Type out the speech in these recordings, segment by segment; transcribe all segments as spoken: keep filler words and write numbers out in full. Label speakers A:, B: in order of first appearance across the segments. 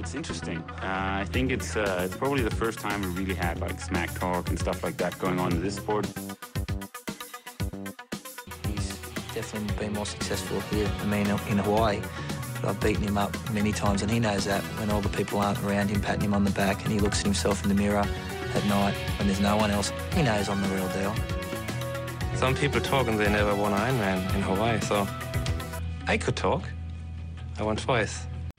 A: it's interesting. Uh, I think it's uh, it's probably the first time we really had like smack talk and stuff like that going on in this sport.
B: He's definitely been more successful here than me in Hawaii. But I've beaten him up many times, and he knows that when all the people aren't around him patting him on the back, and he looks at himself in the mirror at night when there's no one else, he knows I'm the real deal.
C: Some people talk and they never won Ironman in Hawaii, so I could talk. I won twice.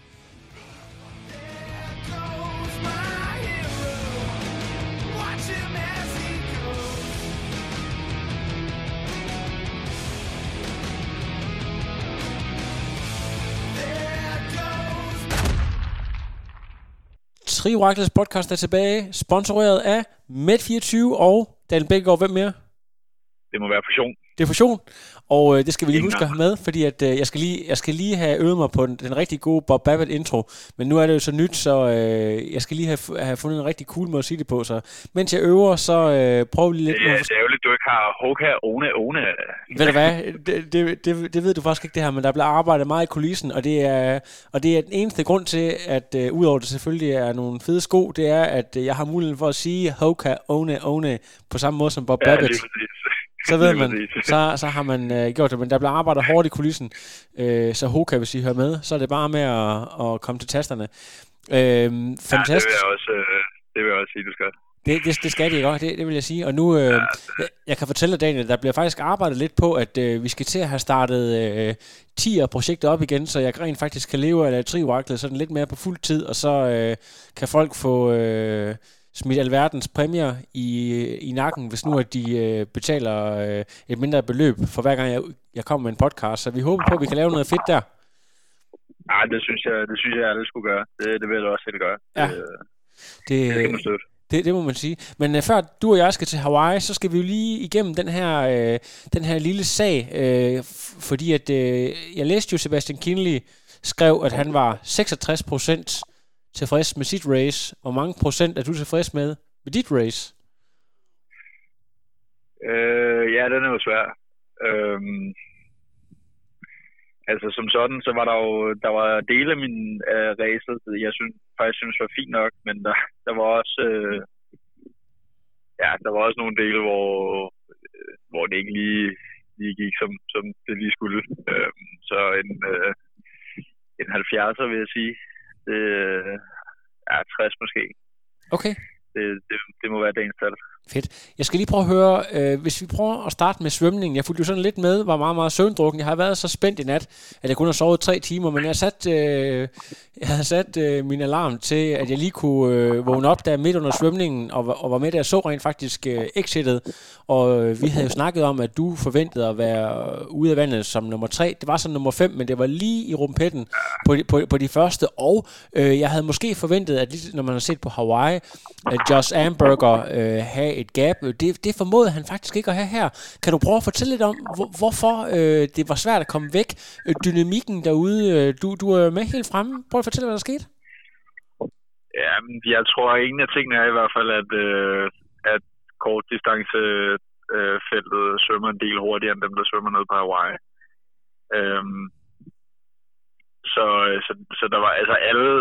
D: Trioraklets podcast er tilbage, sponsoreret af Med fireogtyve og Daniel Bækkegaard. Hvem mere?
E: Det må være Fusion.
D: Det er Fusion, og øh, det skal vi lige huske at have med, fordi at, øh, jeg, skal lige, jeg skal lige have øvet mig på den, den rigtig gode Bob Babbitt intro, men nu er det jo så nyt, så øh, jeg skal lige have, have fundet en rigtig cool måde at sige det på, så mens jeg øver, så øh, prøver vi lige lidt...
E: Det, det er jo lidt, du ikke har Hoka, One, One.
D: Ved du hvad, det, det, det, det ved du faktisk ikke det her, men der bliver arbejdet meget i kulissen, og det er, og det er den eneste grund til, at øh, udover det selvfølgelig er nogle fede sko, det er, at øh, jeg har muligheden for at sige Hoka, One, One på samme måde som Bob Babbitt.
E: Ja,
D: så ved man, så, så har man øh, gjort det, men der bliver arbejdet hårdt i kulissen, øh, så Hoka, hvis I hører med, så er det bare med at, at komme til tasterne. Øh, fantastisk.
E: Ja, det vil jeg også, øh, det vil jeg også sige, du skal.
D: Det, det, det skal de godt, det, det vil jeg sige. Og nu, øh, ja, jeg, jeg kan fortælle dig, Daniel, der bliver faktisk arbejdet lidt på, at øh, vi skal til at have startet øh, tier-projektet op igen, så jeg rent faktisk kan leve af Trioraklet sådan lidt mere på fuld tid, og så øh, kan folk få... Øh, smidt alverdens præmier i, i nakken, hvis nu at de øh, betaler øh, et mindre beløb for hver gang jeg, jeg kommer med en podcast. Så vi håber på, at vi kan lave noget fedt der.
E: Ja, det synes jeg, det synes jeg, alle skulle gøre. Det, det vil jeg også selv gøre.
D: Ja.
E: Det,
D: det,
E: det skal man støtte.
D: Det, det må man sige. Men uh, før du og jeg skal til Hawaii, så skal vi jo lige igennem den her, øh, den her lille sag, øh, f- fordi at øh, jeg læste jo Sebastian Kienle skrev, at han var seksogtres procent tilfreds med sit race. Hvor mange procent er du tilfreds med med dit race?
E: Øh, ja, den er jo svær. Øhm, altså som sådan, så var der jo der var dele af min uh, racet, jeg synes, faktisk synes var fint nok, men der, der var også øh, ja, der var også nogle dele, hvor, øh, hvor det ikke lige, lige gik, som, som det lige skulle. Øhm, så en, øh, en halvfjerdser, vil jeg sige. Det, ja, tres måske.
D: Okay.
E: Det, det, det må være dagens tal.
D: Fedt. Jeg skal lige prøve at høre, øh, hvis vi prøver at starte med svømningen. Jeg fulgte jo sådan lidt med, var meget, meget søvndrukken. Jeg har været så spændt i nat, at jeg kun har sovet tre timer, men jeg, sat, øh, jeg havde sat øh, min alarm til, at jeg lige kunne øh, vågne op der midt under svømningen, og, og var med der, så rent faktisk øh, exitet. Og øh, vi havde jo snakket om, at du forventede at være ude af vandet som nummer tre. Det var så nummer fem, men det var lige i rumpetten på, på, på de første. Og øh, jeg havde måske forventet, at lige, når man har set på Hawaii, at Josh Amberger øh, have et gap. Det, det formåede han faktisk ikke at have her. Kan du prøve at fortælle lidt om, hvor, hvorfor øh, det var svært at komme væk? Dynamikken derude, øh, du, du er med helt fremme. Prøv at fortælle, hvad der skete.
E: Ja, jeg tror, at en af tingene er i hvert fald, at, øh, at kortdistancefeltet øh, svømmer en del hurtigere end dem, der svømmer ned på Hawaii. Øhm, så, så, så der var altså alle...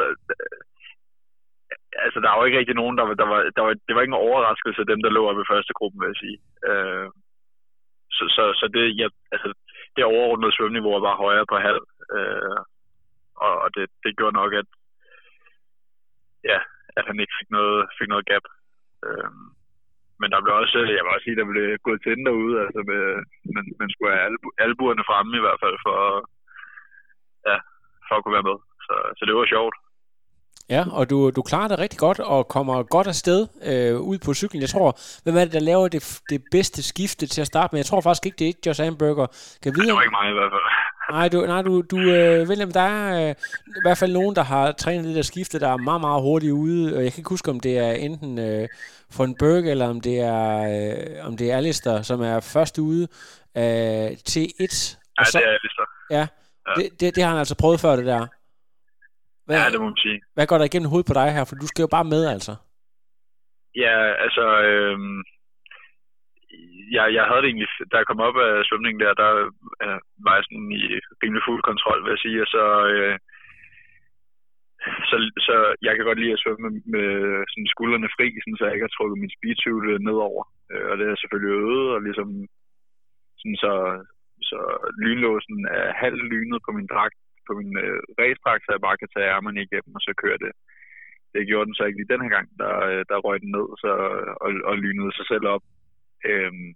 E: Altså, der var ikke rigtig nogen, der var, der var, der var, det var ikke en overraskelse, dem, der lå oppe i første gruppen, vil jeg sige. Øh, så, så, så det, ja, altså, det overordnede svømmeniveau var højere på halv, øh, og, og det, det gjorde nok, at, ja, at han ikke fik noget, fik noget gap. Øh, men der blev også, jeg vil også sige, der blev gået til den derude, altså, med, man, man skulle have albu, albuerne fremme i hvert fald, for, ja, for at kunne være med. Så, så det var sjovt.
D: Ja, og du, du klarer det rigtig godt og kommer godt afsted øh, ud på cyklen. Jeg tror, hvem er det, der laver det, det bedste skifte til at starte med? Jeg tror faktisk ikke, det er ikke Josh Amberger. Kan vide,
E: det var ikke mig i hvert fald.
D: Nej, du, nej, du, du øh, William, der er øh, i hvert fald nogen, der har trænet det der skifte, der er meget, meget hurtigt ude. Og jeg kan ikke huske, om det er enten øh, von Berg, eller om det er, øh, om det er Alistair, som er først ude af T et.
E: Ja,
D: så,
E: det er Alistair.
D: Ja, ja. Det, det, det har han altså prøvet før, det der. Hvad,
E: ja, det må man sige.
D: Hvad går der igennem hovedet på dig her? For du skal jo bare med, altså.
E: Ja, altså... Øh, jeg, jeg havde det egentlig... Da jeg kom op af svømningen der, der øh, var jeg sådan i rimelig fuld kontrol, vil jeg sige. Og så, øh, så, så jeg kan godt lide at svømme med, med sådan skuldrene fri, sådan, så jeg ikke har trukket min speedsuit nedover. Øh, og det er selvfølgelig øvet, og ligesom sådan, så, så lynlåsen er halvt lynet på min dragt, på min øh, racedragt, så jeg bare kan tage ærmerne igennem, og så kører det. Det gjorde den så ikke lige den her gang, der, der røg den ned så, og, og lynede sig selv op. Øhm,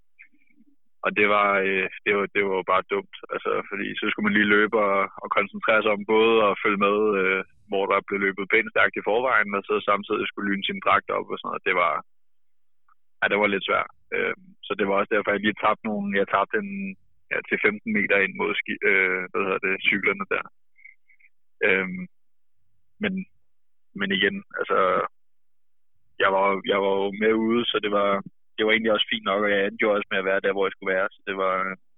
E: og det var, øh, det, var, det var jo bare dumt, altså, fordi så skulle man lige løbe og, og koncentrere sig om både at følge med, øh, hvor der blev løbet pænt stærkt i forvejen, og så samtidig skulle lyne sin dragt op og sådan noget. Det var, ja, det var lidt svært. Øhm, så det var også derfor, jeg lige tabte nogle, jeg tabte en, ja, til femten meter ind mod ski, øh, hvad hedder det, cyklerne der. Øhm, men Men igen, altså, jeg var, jeg var jo med ude, så det var, det var egentlig også fint nok, og jeg endte jo også med at være der, hvor jeg skulle være. Så det var,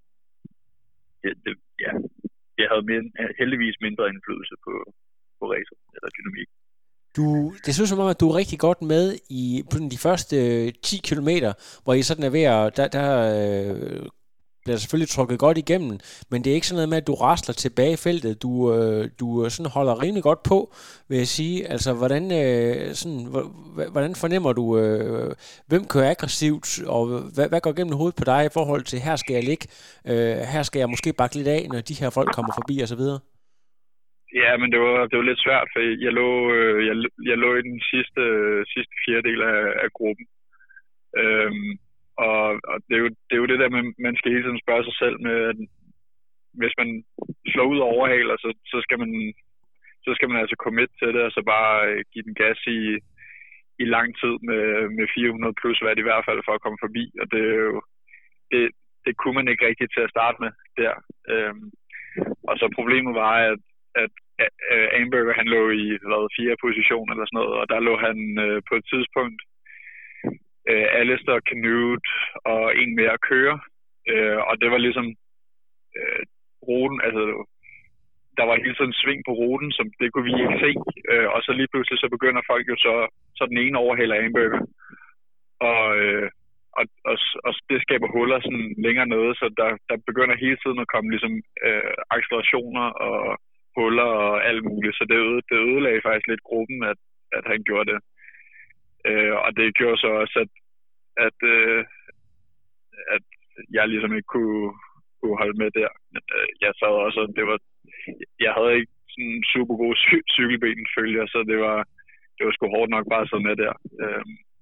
E: det, det, ja, jeg havde mind, heldigvis mindre indflydelse på, på racet eller dynamik.
D: Du, det synes som om, at du er rigtig godt med i på de første ti kilometer, hvor I sådan er ved at, der, der øh, bliver selvfølgelig trukket godt igennem, men det er ikke sådan noget med, at du rasler tilbage i feltet. Du, øh, du sådan holder rimelig godt på, vil jeg sige. Altså, hvordan, øh, sådan, hvordan fornemmer du, øh, hvem kører aggressivt, og hvad, hvad går gennem hovedet på dig i forhold til, her skal jeg ligge, øh, her skal jeg måske bakke lidt af, når de her folk kommer forbi og så videre?
E: Ja, men det var, det var lidt svært, for jeg lå, jeg, jeg lå i den sidste, sidste fjerdedel af, af gruppen. Øhm, Og, og det, er jo, det er jo det der med, man skal hele tiden spørge sig selv med, at hvis man slår ud og overhaler, så, så, skal man, så skal man altså commit til det, og så bare give den gas i, i lang tid med, med fire hundrede plus watt i hvert fald for at komme forbi. Og det, er jo, det, det kunne man ikke rigtig til at starte med der. Øhm, og så problemet var, at, at Amberger, han lå i hvad, fire position eller sådan noget, og der lå han øh, på et tidspunkt Uh, Alistair, Canute og en mere at køre. Uh, og det var ligesom uh, ruten, altså der var hele tiden sving på ruten, som det kunne vi ikke se. Uh, og så lige pludselig så begynder folk jo så, så den ene overhælder Amberger. Og, uh, og, og, og det skaber huller sådan længere nede, så der, der begynder hele tiden at komme ligesom uh, accelerationer og huller og alt muligt. Så det, øde, det ødelagde faktisk lidt gruppen, at, at han gjorde det. Uh, og det gjorde så også, at, at, uh, at jeg ligesom ikke kunne, kunne holde med der. Men uh, jeg sad også, det var, jeg havde ikke sådan super god cy- cykelben, følger, så det var, det var sgu hårdt nok bare at sidde med der uh,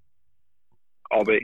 E: opad.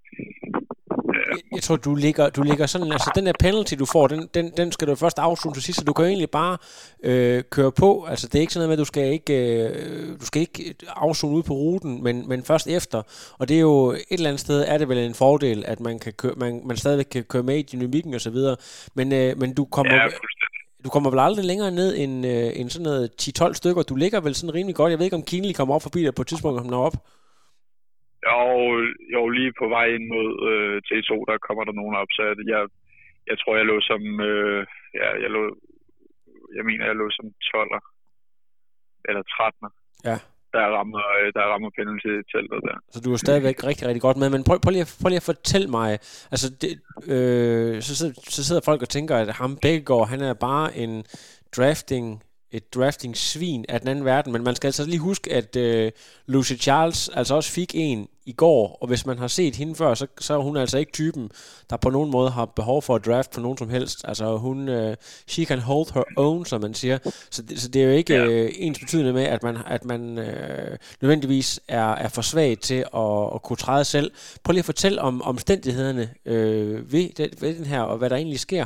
D: Jeg, jeg tror, du ligger, du ligger sådan, altså den der penalty, du får, den, den, den skal du først afslutte til sidst, så du kan egentlig bare øh, køre på. Altså det er ikke sådan noget med, at du skal ikke, øh, du skal ikke afslutte ud på ruten, men, men først efter. Og det er jo et eller andet sted, er det vel en fordel, at man, kan køre, man, man stadigvæk kan køre med i dynamikken og så videre. Men, øh, men du kommer... Ja, du kommer vel aldrig længere ned end, øh, end sådan noget ti tolv stykker. Du ligger vel sådan rimelig godt. Jeg ved ikke, om Kienle kommer op forbi dig på et tidspunkt, om han er op.
E: Jo, jo, lige på vej ind mod øh, T to, der kommer der nogen op, så jeg, jeg tror, jeg lå som, øh, ja, jeg lå, jeg mener, jeg lå som tolver, eller trettener.
D: Ja.
E: Der rammer, der rammer penalty-teltet der.
D: Så du er stadigvæk rigtig, rigtig godt med, men prøv, prøv, lige, prøv lige at fortælle mig, altså, det, øh, så, sidder, så sidder folk og tænker, at ham Bækkegaard, han er bare en drafting et drafting-svin af den anden verden, men man skal altså lige huske, at øh, Lucy Charles altså også fik en i går, og hvis man har set hende før, så, så er hun altså ikke typen, der på nogen måde har behov for at draft for nogen som helst. Altså hun, øh, she can hold her own, som man siger. Så det, så det er jo ikke øh, ens betydende med, at man, at man øh, nødvendigvis er, er for svag til at, at kunne træde selv. Prøv lige at fortælle om omstændighederne øh, ved, det, ved den her, og hvad der egentlig sker.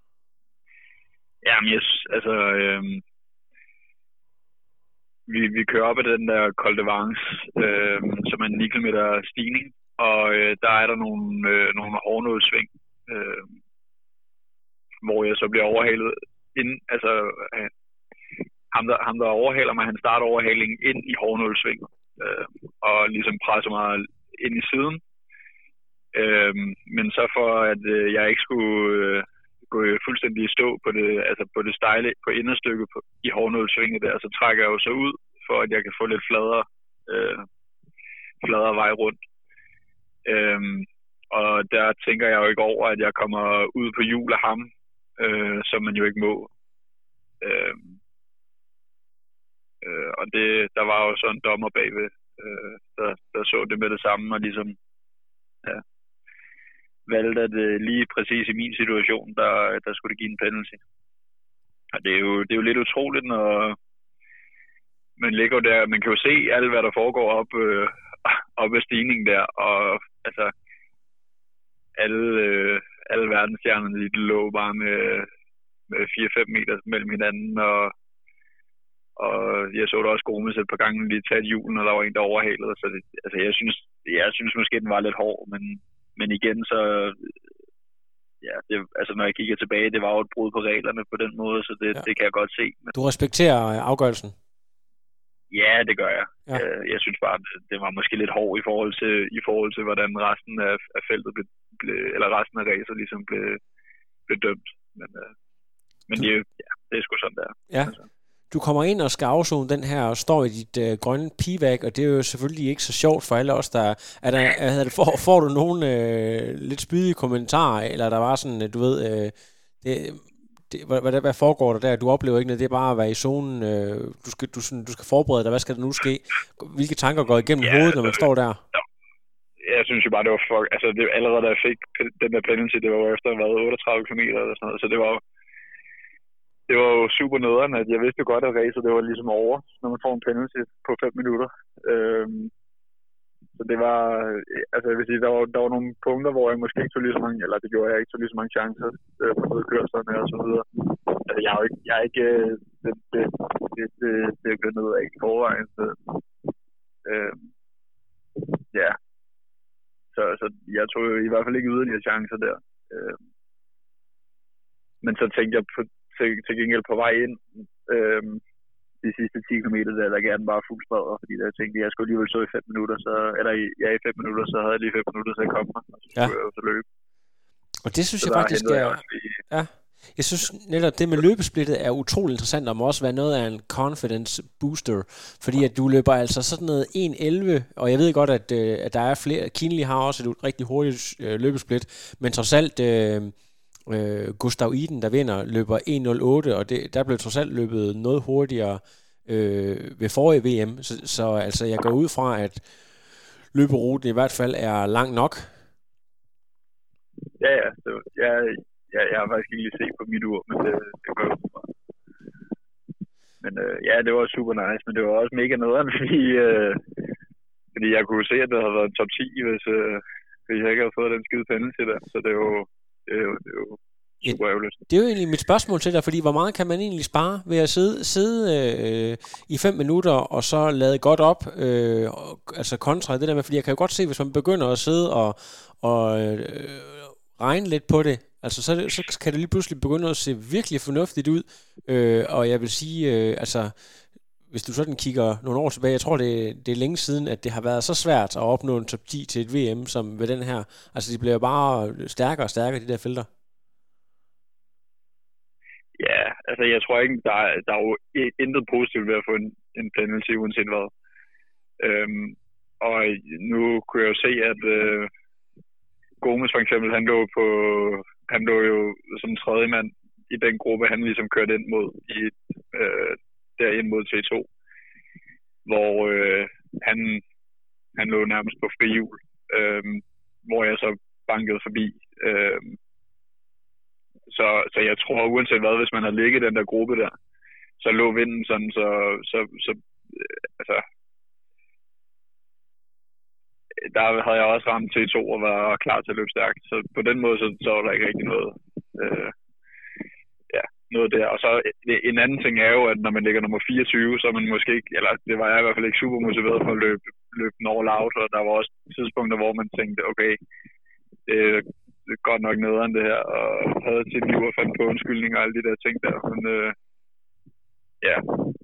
E: Jamen, yes, altså... Øh... Vi, vi kører op ad den der Col de Vence, øh, som er en ni kilometer stigning, og øh, der er der nogle, øh, nogle hårdnålsving, øh, hvor jeg så bliver overhalet ind, altså øh, ham, der, ham der overhaler mig, han starter overhalingen ind i hårdnålsving, øh, og ligesom presser mig ind i siden. Øh, men så for at øh, jeg ikke skulle øh, gå fuldstændig i stå på det, altså på det stejle, på inderstykket på, i hårdnålsvinget der, så trækker jeg jo så ud, for at jeg kan få lidt fladere, øh, fladere vej rundt. Øhm, og der tænker jeg jo ikke over, at jeg kommer ud på hjul af ham, øh, som man jo ikke må. Øhm, Øh, og det, der var jo så en dommer bagved, øh, der, der så det med det samme, og ligesom ja, valgte, at øh, lige præcis i min situation, der, der skulle det give en penalty. Og det er jo, det er jo lidt utroligt, når man ligger der, man kan jo se alt, hvad der foregår op, øh, op ad stigningen der, og altså alle, øh, alle verdensstjernerne, de lå bare med, med fire fem meter mellem hinanden, og, og jeg så da også Gomes et par gange lige tage julen, og der var en, der overhalede, så det, altså jeg synes, jeg synes måske, den var lidt hård, men, men igen, så ja, det, altså når jeg kigger tilbage, det var jo et brud på reglerne på den måde, så det, ja. det kan jeg godt se. Men
D: du respekterer afgørelsen?
E: Ja, det gør jeg.
D: Ja.
E: Jeg, jeg synes bare, det, det var måske lidt hård i forhold til, i forhold til hvordan resten af, af feltet blev, blev, eller resten af racet ligesom blev, blev dømt. Men, øh, men det, ja, det er sgu sådan, der.
D: Ja. Altså. Du kommer ind og skal afzone den her og står i dit øh, grønne pivak, og det er jo selvfølgelig ikke så sjovt for alle os, der er der, er der får, får du nogle øh, lidt spydige kommentarer, eller der var sådan, du ved, øh, det, det, hvad, hvad, hvad foregår der der? Du oplever ikke noget, det er bare at være i zonen, øh, du, skal, du, sådan, du skal forberede dig, hvad skal der nu ske? Hvilke tanker går igennem ja, hovedet, når man står der?
E: Ja. Jeg synes jo bare, det var for, altså det, allerede da jeg fik den der penalty, det var jo efter hvad, otteogtredive kilometer eller sådan noget, så det var jo Det var jo super nederen, at jeg vidste godt, at racet det var ligesom over, når man får en penalty på fem minutter. Øhm, så det var, altså jeg vil sige, der var, der var nogle punkter, hvor jeg måske ikke tog lige så mange, eller det gjorde jeg ikke tog lige så mange chancer øh, på nedkørslerne og så videre. Altså jeg er jo ikke, jeg er ikke, det, det, det, det, det er gået ned af i forvejen. Så, øhm, ja, så, så jeg tog jo i hvert fald ikke yderligere chancer der. Øhm, men så tænkte jeg på, Til, til gengæld på vej ind øhm, de sidste ti kilometer, der, der gerne bare fuld smadret, fordi der tænkte, at jeg skulle alligevel så i fem minutter, så, eller i, ja, i fem minutter, så havde jeg lige fem minutter til at komme mig, og så skulle ja. jeg jo så løbe.
D: Og det synes så jeg faktisk er, jeg ja, jeg synes netop det med løbesplittet er utrolig interessant, og må også være noget af en confidence booster, fordi at du løber altså sådan noget en elleve, og jeg ved godt, at, øh, at der er flere, Kienle har også et rigtig hurtigt øh, løbesplit, men trods alt øh, Øh, Gustav Iden, der vinder, løber en nul otte, og det, der blev trods alt løbet noget hurtigere øh, ved forrige V M, så, så altså, jeg går ud fra, at løberuten i hvert fald er lang nok.
E: Ja, ja, det var, jeg, jeg, jeg har faktisk ikke lige set på mit ur, men det, det går ud fra. Men øh, ja, det var super nice, men det var også mega nederen, fordi, øh, fordi jeg kunne se, at det havde været en top ti, hvis, øh, hvis jeg ikke havde fået den skide penalty der, så det var Det er jo, det er jo super ærgerligt.
D: Det er jo egentlig mit spørgsmål til dig, fordi hvor meget kan man egentlig spare ved at sidde, sidde øh, i fem minutter og så lade godt op, øh, altså kontra det der med, fordi jeg kan jo godt se, hvis man begynder at sidde og, og øh, regne lidt på det, altså så, så kan det lige pludselig begynde at se virkelig fornuftigt ud, øh, og jeg vil sige, øh, altså hvis du sådan kigger nogle år tilbage, jeg tror, det, det er længe siden, at det har været så svært at opnå en top ti til et V M, som ved den her. Altså, de bliver bare stærkere og stærkere, de der felter.
E: Ja, altså, jeg tror ikke, der er, der er jo intet positivt ved at få en, en penalty, uanset hvad. Øhm, og nu kunne jeg jo se, at øh, Gomes for eksempel, han lå, på, han lå jo som tredje mand i den gruppe, han ligesom kørte ind mod i øh, derind mod T to, hvor øh, han, han lå nærmest på frihjul, øh, hvor jeg så bankede forbi. Øh, så, så jeg tror, uanset hvad, hvis man har ligget i den der gruppe der, så lå vinden sådan, så, så, så øh, altså, der havde jeg også ramt T to og var klar til at løbe stærkt. Så på den måde, så, så var der ikke rigtig noget, øh, ja, noget der. Og så en anden ting er jo, at når man ligger nummer fireogtyve, så er man måske ikke, eller det var jeg i hvert fald ikke super motiveret for at løbe, løbe den all out, og der var også tidspunkter, hvor man tænkte, okay, det er godt nok nederen det her, og havde sit liv og fandt på undskyldning og alle de der ting der, men øh, ja,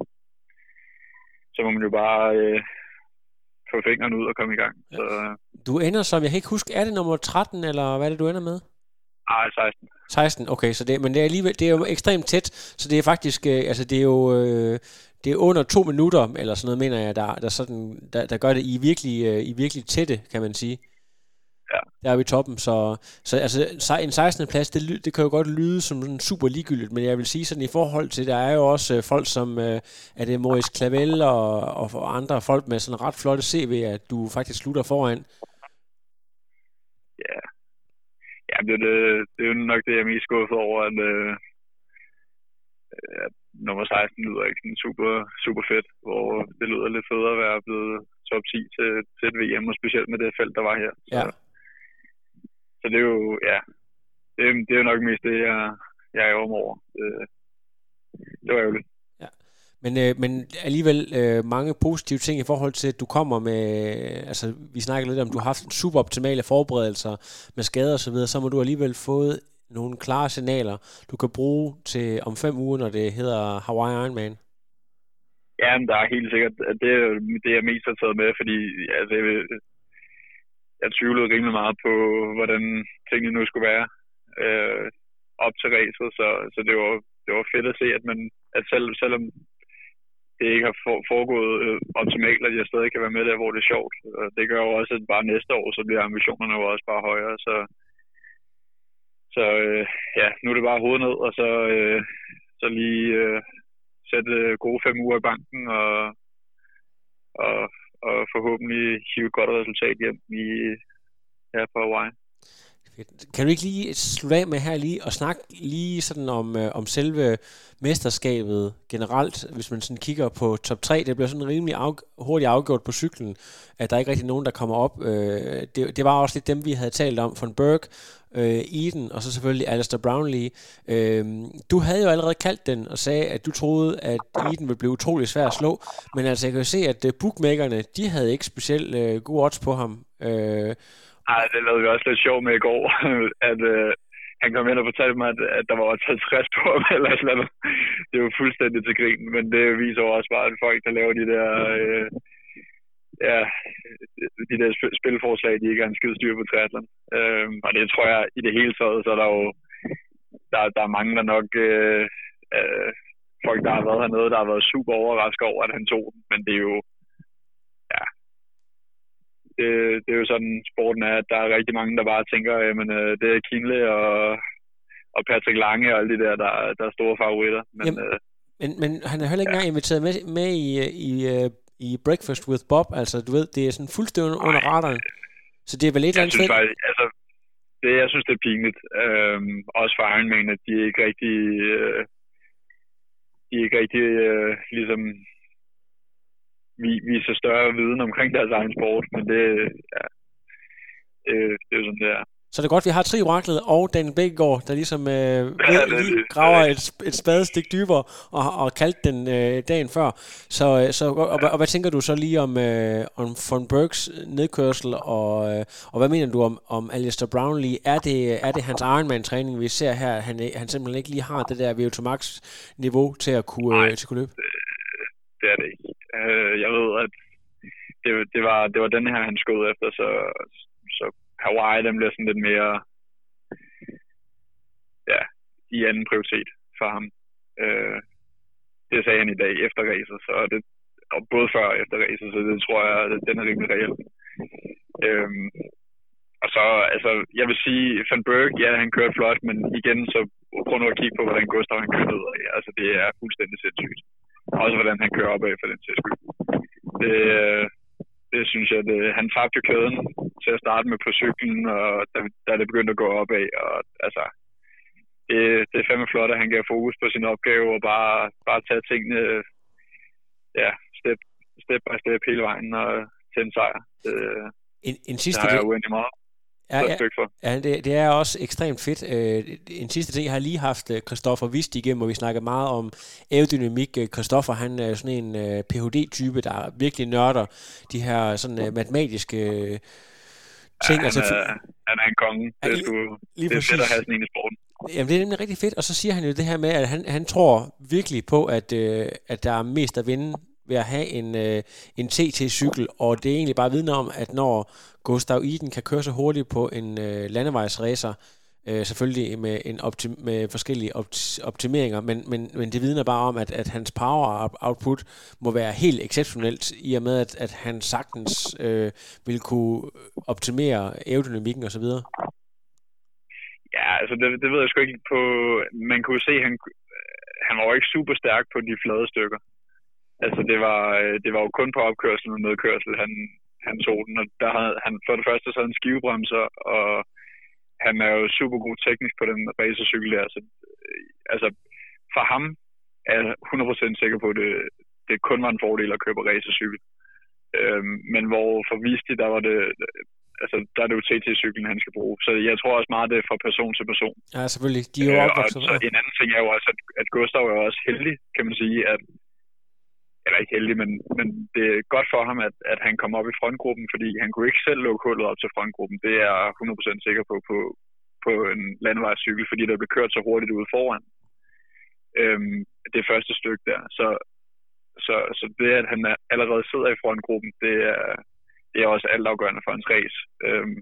E: så må man jo bare øh, få fingrene ud og komme i gang. Så,
D: du ender som, jeg kan ikke huske, er det nummer tretten, eller hvad er det, du ender med?
E: Nej, seksten.
D: seksten, okay, så det, men det er alligevel, det er jo ekstremt tæt, så det er faktisk, øh, altså det er jo, øh, det er under to minutter, eller sådan noget, mener jeg, der, der, sådan, der, der gør det i virkelig, øh, i virkelig tætte, kan man sige.
E: Ja.
D: deroppe i toppen. Så, så altså, en sekstende plads, det, det kan jo godt lyde som sådan super ligegyldigt, men jeg vil sige sådan i forhold til, der er jo også øh, folk som, øh, er det Maurice Clavel og, og, og andre folk med sådan ret flotte C V, at du faktisk slutter foran.
E: Ja, ja det, det, det er jo nok det, jeg er mest skuffet over, at, øh, at nummer seksten lyder ikke sådan super, super fedt, hvor det lyder lidt federe at være blevet top ti til, til et V M, og specielt med det felt, der var her. Så,
D: ja.
E: så det er jo, ja, det, det er jo nok mest det, jeg, jeg er over. Det, det var ærgerligt.
D: Ja. Men, øh, men alligevel øh, mange positive ting i forhold til, at du kommer med, altså vi snakker lidt om, du har haft superoptimale forberedelser med skader og så videre, så må du alligevel fået nogle klare signaler, du kan bruge til om fem uger, når det hedder Hawaii Ironman.
E: Ja, men der er helt sikkert, at det er det, jeg mest har taget med, fordi altså, jeg, jeg tvivlede rimelig meget på, hvordan tingene nu skulle være øh, op til racet, så, så det, var, det var fedt at se, at, man, at selv, selvom det ikke har foregået øh, optimalt, at jeg stadig kan være med der, hvor det er sjovt. Og det gør jo også, at bare næste år, så bliver ambitionerne jo også bare højere, så Så øh, ja, nu er det bare hovedet ned, og så, øh, så lige øh, sætte gode fem uger i banken, og, og, og forhåbentlig hive et godt resultat hjem i, her på Hawaii.
D: Kan du ikke lige slutte af med her lige og snakke lige sådan om, øh, om selve mesterskabet generelt, hvis man sådan kigger på top tre, det bliver sådan rimelig af, hurtigt afgjort på cyklen, at der er ikke rigtig nogen, der kommer op. Øh, det, det var også lidt dem, vi havde talt om, von Berg, øh, Eden, og så selvfølgelig Alistair Brownlee. Øh, du havde jo allerede kaldt den og sagde, at du troede, at Eden ville blive utrolig svær at slå, men altså jeg kan jo se, at uh, bookmakerne, de havde ikke specielt øh, gode odds på ham. Øh,
E: Ej, det lavede vi også lidt sjov med i går, at øh, han kom ind og fortalte mig, at, at der var halvtreds på ham eller sådan noget. Det er jo fuldstændig til grin, men det viser jo også bare, at folk, der laver de der, øh, ja, de der spilforslag, de ikke har en skide styr på triathlon. Øh, og det tror jeg, i det hele taget, så er der jo, der, der er mange, der nok, øh, øh, folk, der har været hernede, der har været super overrasket over, at han tog den, men det er jo, ja, Det, det er jo sådan, sporten er, at der er rigtig mange, der bare tænker, jamen, det er Kinle og, og Patrick Lange og alle de der, der, der er store favoritter. Men,
D: Jamen, øh, men, men han er heller ikke ja. engang inviteret med, med i, i, i Breakfast with Bob. Altså, du ved, det er sådan fuldstændig under radaren. Så det er vel et eller andet
E: fedt? Altså, det, jeg synes, det er pinligt. Øhm, også for Ironman, at de ikke rigtig, øh, de ikke rigtig øh, ligesom vi viser større viden omkring deres egen sport, men det, ja, det, det er jo sådan, det er.
D: Så det er godt, vi har Tri-oraklet og Daniel Bækkegaard, der ligesom øh, ved, ja, det, lige graver det, det. Et, et spadestik dybere og, og kaldt den øh, dagen før. Så, så, og, ja. og, og hvad tænker du så lige om, øh, om von Bergs nedkørsel, og, øh, og hvad mener du om, om Alistair Brownlee? Er det, er det hans Ironman-træning, vi ser her, han, han simpelthen ikke lige har det der V O to max-niveau til at kunne, øh, til at kunne løbe?
E: Det er det ikke. Jeg ved, at det, det, var, det var den her, han skød efter, så, så Hawaii, den bliver sådan lidt mere, ja, i anden prioritet for ham. Det sagde han i dag efter racet, så det, og både før og efter racet, så det tror jeg, at den er rimelig reel. Og så, altså, jeg vil sige, Van Berg, ja, han kørte flot, men igen, så prøv nu at kigge på, hvordan Gustav han kørte ud af. Altså, det er fuldstændig sindssygt. Også hvordan han kører opad for den til skyld. Det, det synes jeg, det, han tabte jo kæden til at starte med på cyklen, og da, da det begyndte at gå opad. Og, altså, det, det er fandme flot, at han gav fokus på sin opgave og bare, bare tage tingene ja, step, step by step hele vejen og til en sejr. Det,
D: en, en sidste
E: det har jeg uendelig meget.
D: Ja, ja, ja det, det er også ekstremt fedt. Øh, en sidste ting, jeg har lige haft Christoffer Wist igennem, og vi snakker meget om aerodynamik. Christoffer, han er sådan en uh, P H D-type, der virkelig nørder de her sådan uh, matematiske uh, ting.
E: Ja,
D: altså,
E: han, er, han er en konge. Ja, det, lige, lige det er fedt at have sådan en i sporten.
D: Jamen, det er nemlig rigtig fedt. Og så siger han jo det her med, at han, han tror virkelig på, at, uh, at der er mest at vinde ved at have en, øh, en T T-cykel, og det er egentlig bare vidne om, at når Gustav Iden kan køre så hurtigt på en øh, landevejsracer, Øh, selvfølgelig med, en optim- med forskellige opt- optimeringer, men, men, men det vidner bare om, at, at hans power output må være helt exceptionelt, i og med, at, at han sagtens øh, vil kunne optimere aerodynamikken osv.
E: Ja, altså det, det ved jeg sgu ikke på. Man kunne se, at han, han var jo ikke super stærk på de flade stykker. Altså det var, det var jo kun på opkørsel og nedkørsel, han, han tog den. Og der havde han for det første så havde han skivebremser, og han er jo super god teknisk på den racercykel der. Så, altså for ham er jeg hundrede procent sikker på, at det, det kun var en fordel at købe racercykel. Øhm, men hvor for Visti, der var det, altså der er det jo T T-cyklen, han skal bruge. Så jeg tror også meget, det er fra person til person.
D: Ja, selvfølgelig. De er jo opvokset.
E: Øh, og så en anden ting er jo også, at, at Gustav er jo også heldig, kan man sige, at eller ikke heldig, men, men det er godt for ham, at, at han kom op i frontgruppen, fordi han kunne ikke selv lukke hullet op til frontgruppen. Det er jeg hundrede procent sikker på, på på en landevejscykel, fordi der blev kørt så hurtigt ude foran. Øhm, det første stykke der. Så, så, så det, at han allerede sidder i frontgruppen, det er, det er også altafgørende for hans race. Øhm,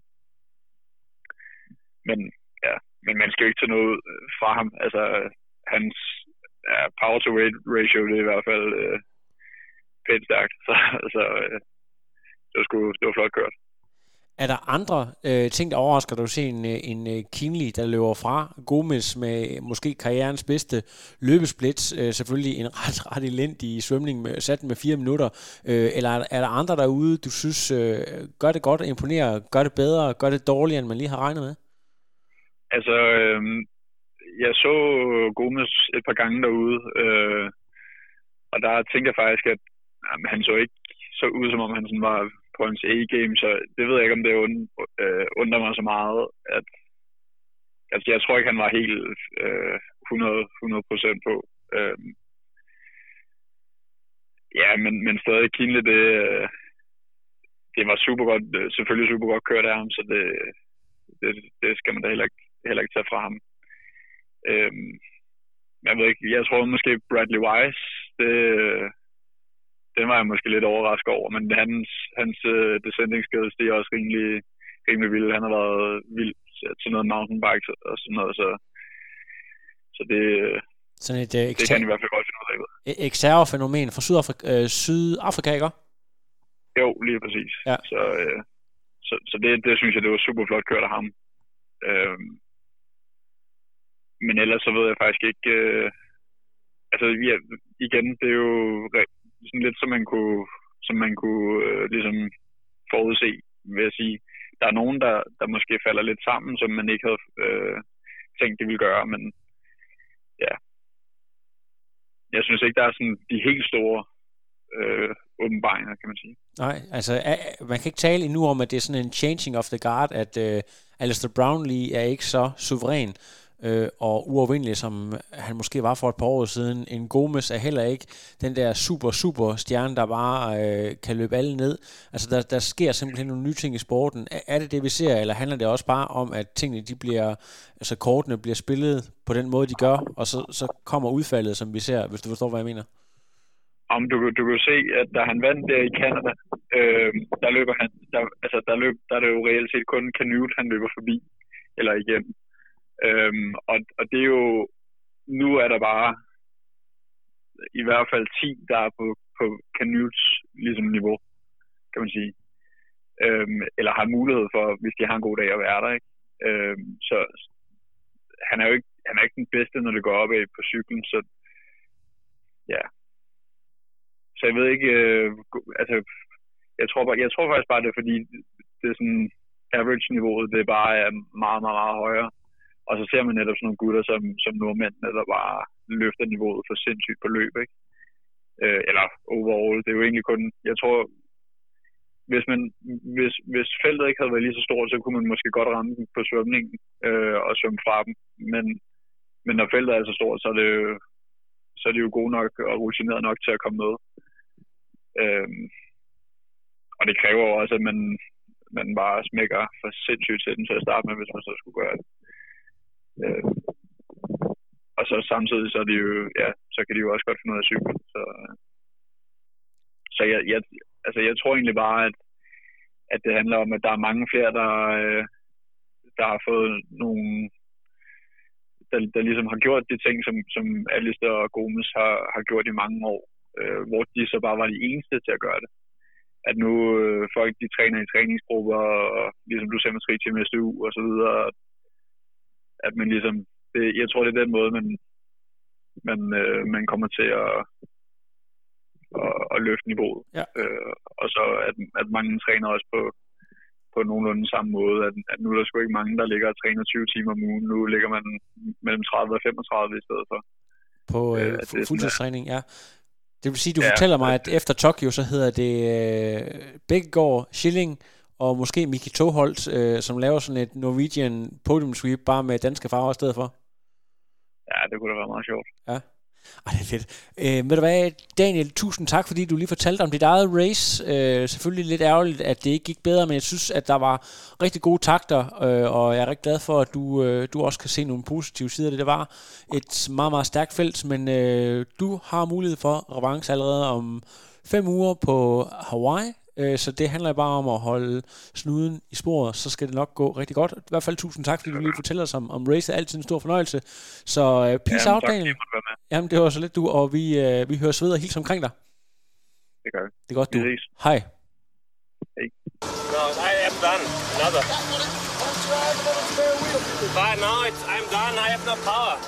E: men ja, men man skal jo ikke tage noget fra ham. Altså, hans ja, power to weight ratio, det er i hvert fald øh, pænt stærkt. Så, så øh, det, var sgu, det var flot kørt.
D: Er der andre øh, ting, der overrasker dig? Du ser en, en uh, Kienle, der løber fra Gomez med måske karrierens bedste løbesplit. Øh, selvfølgelig en ret, ret elendig svømning med, sat med fire minutter. Øh, eller er, er der andre derude, du synes øh, gør det godt, imponerer, gør det bedre, gør det dårligere, end man lige har regnet med?
E: Altså, øh, jeg så Gomez et par gange derude, øh, og der tænker jeg faktisk, at jamen, han så ikke så ud, som om han sådan var på hans A-game, så det ved jeg ikke, om det und, øh, undrer mig så meget, at altså, jeg tror ikke, han var helt øh, hundrede procent på. Øh, ja, men, men stadig Kienle, det, det var super godt, selvfølgelig super godt kørt af ham, så det, det, det skal man da heller ikke, heller ikke tage fra ham. Øh, jeg ved ikke, jeg tror måske Bradley Wise, det den var jeg måske lidt overrasket over, men hans, hans uh, descending skills, det er også rimelig, rimelig vildt. Han har været vild til noget mountainbike og sådan noget, så, så det,
D: sådan et, uh,
E: det kan i hvert fald godt finde ud af.
D: Et Xero-fænomen fra Sydafrika, øh, Sydafrika, ikke?
E: Jo, lige præcis.
D: Ja.
E: Så, øh, så, så det, det synes jeg, det var super flot kørt af ham. Øhm, men ellers så ved jeg faktisk ikke, øh, altså ja, igen, det er jo sådan lidt, som man kunne, som man kunne øh, ligesom forudse, vil jeg sige. Der er nogen, der, der måske falder lidt sammen, som man ikke havde øh, tænkt, de ville gøre, men ja. Jeg synes ikke, der er sådan de helt store øh, åbenbaringer, kan man sige.
D: Nej, altså man kan ikke tale endnu om, at det er sådan en changing of the guard, at øh, Alistair Brownlee er ikke så suveræn øh, og uovervindelig, som han måske var for et par år siden. En Gomez er heller ikke den der super, super stjerne, der bare øh, kan løbe alle ned. Altså der, der sker simpelthen nogle nye ting i sporten. Er, er det det, vi ser, eller handler det også bare om, at tingene, de bliver, altså kortene bliver spillet på den måde, de gør, og så, så kommer udfaldet, som vi ser, hvis du forstår, hvad jeg mener?
E: Om du, du kan se, at da han vandt der i Canada, øh, der løber han, der, altså der, løb, der er det jo reelt set kun Canute, han løber forbi, eller igennem. Øhm, og, og det er jo, nu er der bare i hvert fald ti, der er på, på Canutes ligesom niveau, kan man sige. Øhm, eller har mulighed for, hvis de har en god dag at være der, ikke? Øhm, så han er jo ikke, han er ikke den bedste, når det går op af på cyklen, så ja. Så jeg ved ikke, øh, altså, jeg tror, bare, jeg tror faktisk bare, det er fordi, det er sådan, average-niveauet, det bare er meget, meget, meget højere. Og så ser man netop sådan nogle gutter, som, som nordmændene, der bare løfter niveauet for sindssygt på løb, ikke? Øh, eller overall, det er jo egentlig kun, jeg tror, hvis, man, hvis, hvis feltet ikke havde været lige så stort, så kunne man måske godt ramme dem på svømningen øh, og svømme fra dem. Men, men når feltet er så stort, så er det jo, så er det jo gode nok og rutineret nok til at komme med. Øhm, og det kræver jo også, at man, man bare smækker for sindssygt til den til at starte med, hvis man så skulle gøre det. Øhm, og så samtidig, så, er de jo, ja, så kan de jo også godt finde ud af cyklen. Så, så jeg, jeg, altså jeg tror egentlig bare, at, at det handler om, at der er mange flere, der, der har fået nogle der, der ligesom har gjort de ting, som, som Alistair og Gomes har, har gjort i mange år, øh, hvor de så bare var de eneste til at gøre det. At nu øh, folk, de træner i træningsgrupper, og ligesom du ser med tri til M S U og så videre, at man ligesom, det, jeg tror, det er den måde, man, man, øh, man kommer til at, at, at løfte niveauet.
D: Ja.
E: Øh, og så at, at mange træner også på, på nogenlunde samme måde, at, at nu er der sgu ikke mange, der ligger og træner tyve timer om ugen. Nu ligger man mellem tredive og femogtredive i stedet for.
D: På øh,
E: øh,
D: fuldtidstræning, ja. Det vil sige, du
E: ja,
D: fortæller mig, at efter Tokyo, så hedder det øh, Bækkegaard, Schilling og måske Miki Toholt, øh, som laver sådan et Norwegian podium sweep, bare med danske farver i stedet for.
E: Ja, det kunne da være meget sjovt.
D: Ja. Ej, det er fedt. Øh, ved du hvad, Daniel, tusind tak, fordi du lige fortalte om dit eget race. Øh, selvfølgelig lidt ærgerligt, at det ikke gik bedre, men jeg synes, at der var rigtig gode takter, øh, og jeg er rigtig glad for, at du, øh, du også kan se nogle positive sider af det. Det var et meget, meget stærkt felt, men øh, du har mulighed for revanche allerede om fem uger på Hawaii. Så det handler bare om at holde snuden i sporet, så skal det nok gå rigtig godt. I hvert fald tusind tak, fordi du lige fortæller os om, om race. Altid en stor fornøjelse. Så uh, peace Jamen, out, Daniel. Jamen, det var så lidt du, og vi, uh, vi høres ved og hils omkring dig.
E: Det gør vi.
D: Det er godt, du. Hej.
E: Hej.
F: No, I am done. Another. But now it's, I'm done. I have no power.